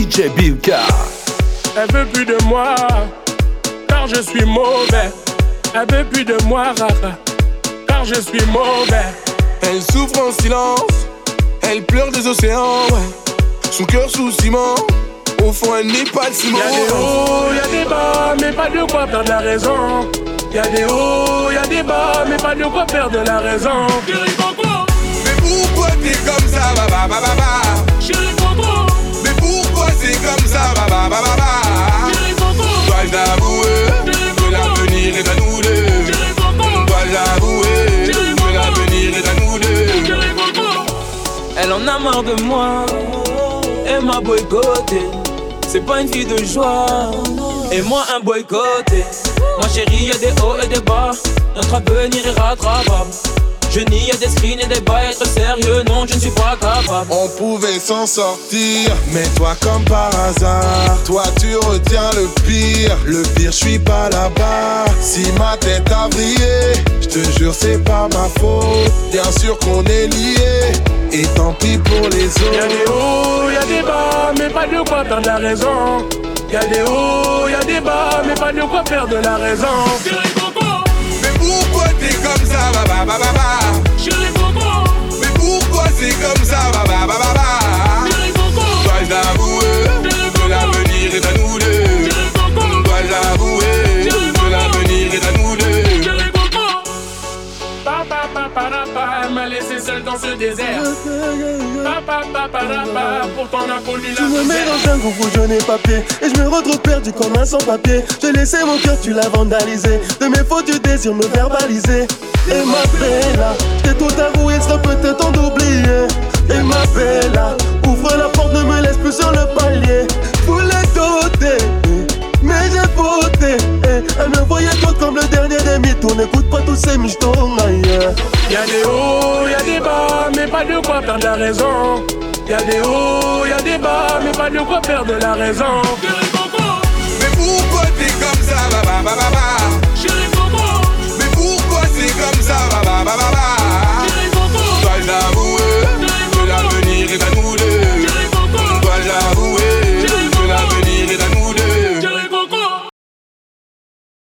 DJ Bilka. Elle veut plus de moi, car je suis mauvais. Elle veut plus de moi, car je suis mauvais. Elle souffre en silence, elle pleure des océans, ouais. Son cœur sous ciment, au fond elle n'est pas de ciment. Y'a des hauts, y'a des bas, mais pas de quoi perdre la raison. Y'a des hauts, y'a des bas, mais pas de quoi perdre la raison. Chérie Coco, mais pourquoi t'es comme ça, Chérie Coco, mais pourquoi c'est comme ça, Chérie Coco, dois l'avouer, que l'avenir est à nous deux. Chérie Coco, Dois l'avouer, que l'avenir est à nous deux. Chérie Coco. Elle en a marre de moi, elle m'a boycotté. C'est pas une fille de joie, et moi un boycotté. Moi chérie, y'a des hauts et des bas, notre avenir est rattrapable. Je nie, y'a des screens et des bas, être sérieux, non, je ne suis pas capable. On pouvait s'en sortir, mais toi comme par hasard, toi tu retiens le pire. Le pire, je suis pas là-bas. Si ma tête a brillé, je te jure c'est pas ma faute. Bien sûr qu'on est liés, et tant pis pour les autres. Y'a des hauts, y'a des bas, mais pas de quoi perdre la raison. Y'a des hauts, y'a des bas, mais pas de quoi perdre la raison. Chérie Coco, Mais pourquoi t'es comme ça, Chérie Coco, Mais pourquoi c'est comme ça, Chérie Coco, Dois l'avouer, que l'avenir est à nous deux. Chérie Coco, Dois l'avouer, que l'avenir est à nous deux. Chérie Coco. Papa, elle m'a laissé seule dans ce désert. Papa, pourtant on a connu la Tu me mets dans un groupe où je n'ai pas pied, et je me retrouve perdu comme un sans-papier. J'ai laissé mon cœur, tu l'as vandalisé. De mes fautes, tu désires me verbaliser. Et ma bella, t'es tout avoué, il serait peut-être temps d'oublier. Et ma bella, ouvre la porte, ne me laisse plus sur le palier. Voulais doter, mais j'ai voté. Elle me voyait toi comme le dernier des mythos. N'écoute pas tous ces michtos, ailleurs. Y'a des hauts, y'a des bas, mais pas de quoi perdre la raison. Y'a des hauts, y'a des bas, mais pas de quoi perdre la raison. Chérie Coco, Mais pourquoi t'es comme ça,